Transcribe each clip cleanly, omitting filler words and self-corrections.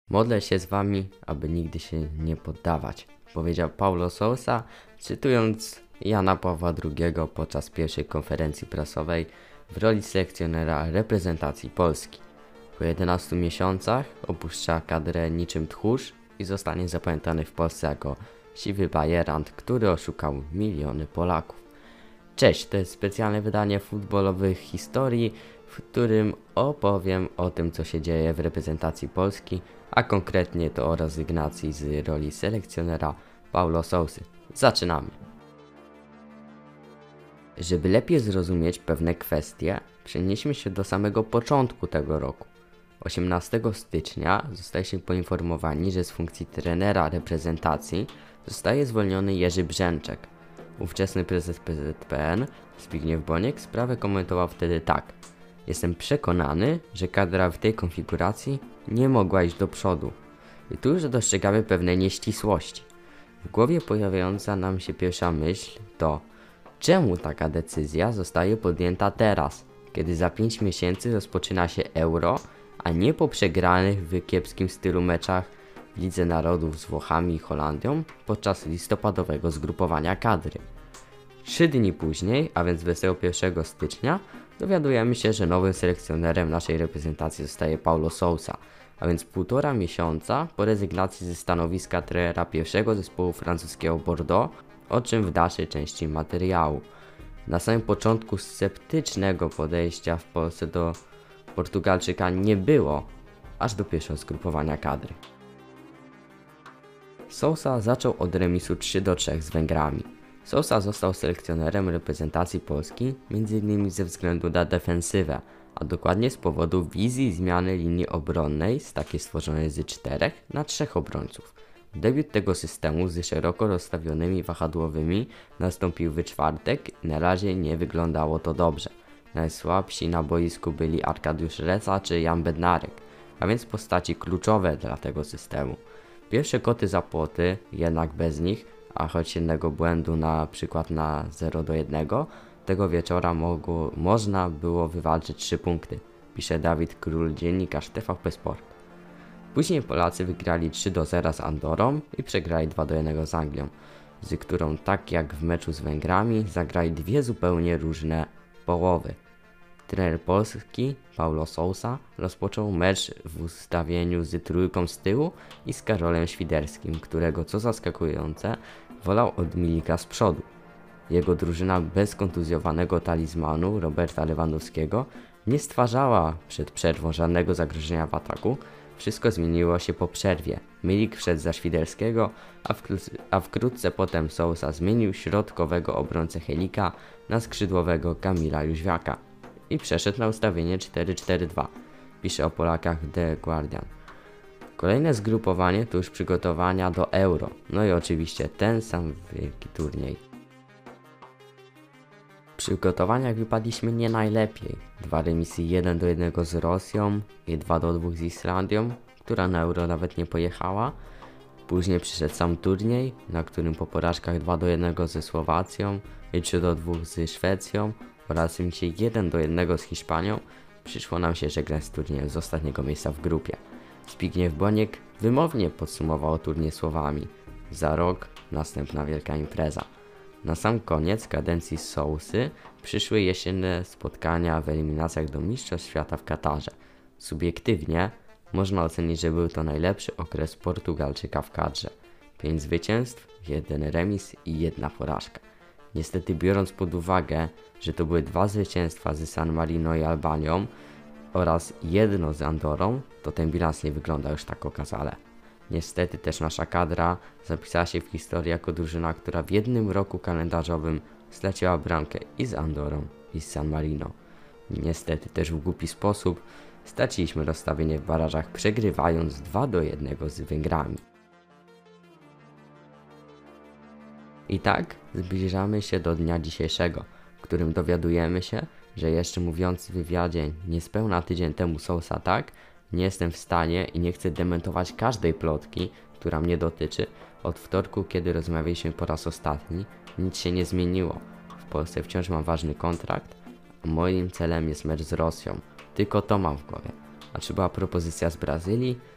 Modlę się z wami, aby nigdy się nie poddawać, powiedział Paulo Sousa, cytując Jana Pawła II podczas pierwszej konferencji prasowej w roli selekcjonera reprezentacji Polski. Po 11 miesiącach opuszcza kadrę niczym tchórz i zostanie zapamiętany w Polsce jako siwy bajerant, który oszukał miliony Polaków. Cześć, to jest specjalne wydanie futbolowych historii, w którym opowiem o tym, co się dzieje w reprezentacji Polski, a konkretnie to o rezygnacji z roli selekcjonera Paulo Sousy. Zaczynamy! Żeby lepiej zrozumieć pewne kwestie, przenieśmy się do samego początku tego roku. 18 stycznia zostaliśmy poinformowani, że z funkcji trenera reprezentacji zostaje zwolniony Jerzy Brzęczek. Ówczesny prezes PZPN, Zbigniew Boniek, sprawę komentował wtedy tak. Jestem przekonany, że kadra w tej konfiguracji nie mogła iść do przodu. I tu już dostrzegamy pewne nieścisłości. W głowie pojawiająca nam się pierwsza myśl to, czemu taka decyzja zostaje podjęta teraz, kiedy za 5 miesięcy rozpoczyna się Euro, a nie po przegranych w kiepskim stylu meczach w Lidze Narodów z Włochami i Holandią podczas listopadowego zgrupowania kadry. 3 dni później, a więc 21 stycznia, dowiadujemy się, że nowym selekcjonerem naszej reprezentacji zostaje Paulo Sousa, a więc 1,5 miesiąca po rezygnacji ze stanowiska trenera pierwszego zespołu francuskiego Bordeaux, o czym w dalszej części materiału. Na samym początku sceptycznego podejścia w Polsce do Portugalczyka nie było, aż do pierwszego zgrupowania kadry. Sousa zaczął od remisu 3-3 z Węgrami. Sousa został selekcjonerem reprezentacji Polski m.in. ze względu na defensywę, a dokładnie z powodu wizji zmiany linii obronnej z takiej stworzonej z 4 na 3 obrońców. Debiut tego systemu z szeroko rozstawionymi wahadłowymi nastąpił w czwartek i na razie nie wyglądało to dobrze. Najsłabsi na boisku byli Arkadiusz Reca czy Jan Bednarek, a więc postaci kluczowe dla tego systemu. Pierwsze koty za płoty, jednak bez nich, a choć jednego błędu na przykład na 0-1, tego wieczora można było wywalczyć 3 punkty, pisze Dawid Król, dziennikarz TVP Sport. Później Polacy wygrali 3-0 z Andorą i przegrali 2-1 z Anglią, z którą tak jak w meczu z Węgrami zagrali dwie zupełnie różne połowy. Trener Polski Paulo Sousa rozpoczął mecz w ustawieniu z trójką z tyłu i z Karolem Świderskim, którego, co zaskakujące, wolał od Milika z przodu. Jego drużyna bez kontuzjowanego talizmanu Roberta Lewandowskiego nie stwarzała przed przerwą żadnego zagrożenia w ataku. Wszystko zmieniło się po przerwie. Milik wszedł za Świderskiego, a wkrótce potem Sousa zmienił środkowego obrońcę Helika na skrzydłowego Kamila Jóźwiaka i przeszedł na ustawienie 4-4-2, pisze o Polakach The Guardian. Kolejne zgrupowanie to już przygotowania do Euro, no i oczywiście ten sam wielki turniej. W przygotowaniach wypadliśmy nie najlepiej. 2 remisy 1-1 z Rosją i 2-2 z Islandią, która na Euro nawet nie pojechała. Później przyszedł sam turniej, na którym po porażkach 2-1 ze Słowacją i 3-2 z Szwecją oraz remisie 1-1 z Hiszpanią przyszło nam się żegnać z turniejem z ostatniego miejsca w grupie. Zbigniew Boniek wymownie podsumował turniej słowami: za rok następna wielka impreza. Na sam koniec kadencji Sousy przyszły jesienne spotkania w eliminacjach do Mistrzostw Świata w Katarze. Subiektywnie można ocenić, że był to najlepszy okres Portugalczyka w kadrze. 5 zwycięstw, 1 remis i 1 porażka. Niestety biorąc pod uwagę, że to były 2 zwycięstwa z San Marino i Albanią oraz 1 z Andorą, to ten bilans nie wygląda już tak okazale. Niestety też nasza kadra zapisała się w historii jako drużyna, która w jednym roku kalendarzowym straciła bramkę i z Andorą, i z San Marino. Niestety też w głupi sposób straciliśmy rozstawienie w barażach, przegrywając 2-1 z Węgrami. I tak zbliżamy się do dnia dzisiejszego, w którym dowiadujemy się, że jeszcze mówiąc w wywiadzie niespełna tydzień temu Sousa tak, nie jestem w stanie i nie chcę dementować każdej plotki, która mnie dotyczy. Od wtorku, kiedy rozmawialiśmy po raz ostatni, nic się nie zmieniło. W Polsce wciąż mam ważny kontrakt, a moim celem jest mecz z Rosją. Tylko to mam w głowie. A czy była propozycja z Brazylii?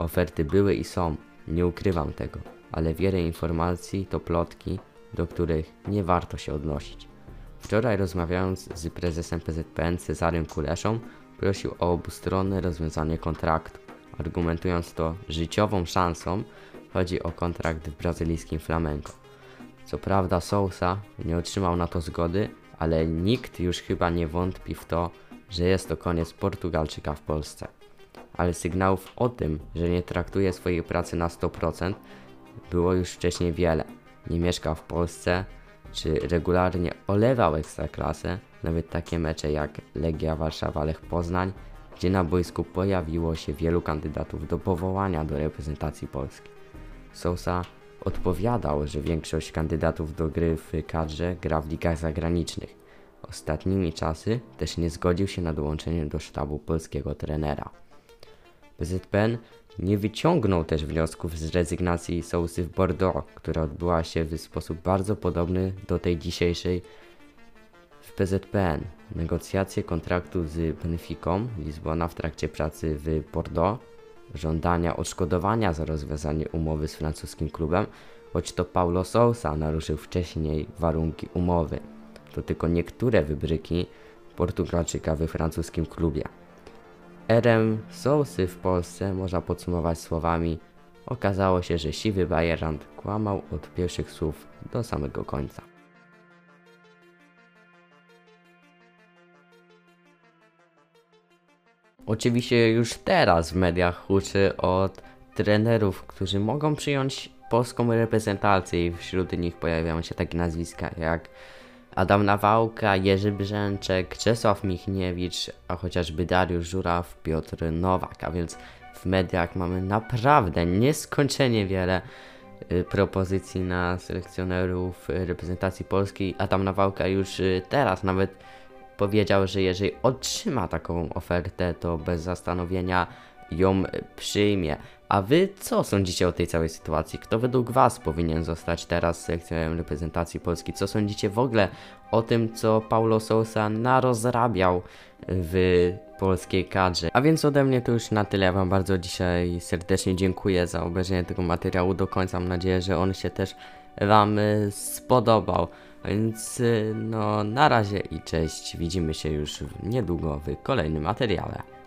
Oferty były i są, nie ukrywam tego, ale wiele informacji to plotki, do których nie warto się odnosić. Wczoraj rozmawiając z prezesem PZPN Cezarym Kuleszą, prosił o obustronne rozwiązanie kontraktu, argumentując to życiową szansą. Chodzi o kontrakt w brazylijskim Flamengo. Co prawda Sousa nie otrzymał na to zgody, ale nikt już chyba nie wątpi w to, że jest to koniec Portugalczyka w Polsce. Ale sygnałów o tym, że nie traktuje swojej pracy na 100%, było już wcześniej wiele. Nie mieszkał w Polsce, czy regularnie olewał Ekstraklasę, nawet takie mecze jak Legia Warszawa, Lech Poznań, gdzie na boisku pojawiło się wielu kandydatów do powołania do reprezentacji Polski. Sousa odpowiadał, że większość kandydatów do gry w kadrze gra w ligach zagranicznych. Ostatnimi czasy też nie zgodził się na dołączenie do sztabu polskiego trenera. PZPN nie wyciągnął też wniosków z rezygnacji Sousy w Bordeaux, która odbyła się w sposób bardzo podobny do tej dzisiejszej w PZPN. Negocjacje kontraktu z Benficą Lizbona w trakcie pracy w Bordeaux, żądania odszkodowania za rozwiązanie umowy z francuskim klubem, choć to Paulo Sousa naruszył wcześniej warunki umowy. To tylko niektóre wybryki Portugalczyka we francuskim klubie. Erę Sousy w Polsce można podsumować słowami: okazało się, że siwy bajerant kłamał od pierwszych słów do samego końca. Oczywiście już teraz w mediach huczy od trenerów, którzy mogą przyjąć polską reprezentację i wśród nich pojawiają się takie nazwiska jak Adam Nawałka, Jerzy Brzęczek, Czesław Michniewicz, a chociażby Dariusz Żuraw, Piotr Nowak, a więc w mediach mamy naprawdę nieskończenie wiele propozycji na selekcjonerów reprezentacji polskiej. Adam Nawałka już teraz nawet powiedział, że jeżeli otrzyma taką ofertę, to bez zastanowienia ją przyjmie. A wy co sądzicie o tej całej sytuacji? Kto według was powinien zostać teraz selekcjonerem reprezentacji Polski? Co sądzicie w ogóle o tym, co Paulo Sousa narozrabiał w polskiej kadrze? A więc ode mnie to już na tyle. Ja wam bardzo dzisiaj serdecznie dziękuję za obejrzenie tego materiału do końca. Mam nadzieję, że on się też wam spodobał. A więc no na razie i cześć. Widzimy się już niedługo w kolejnym materiale.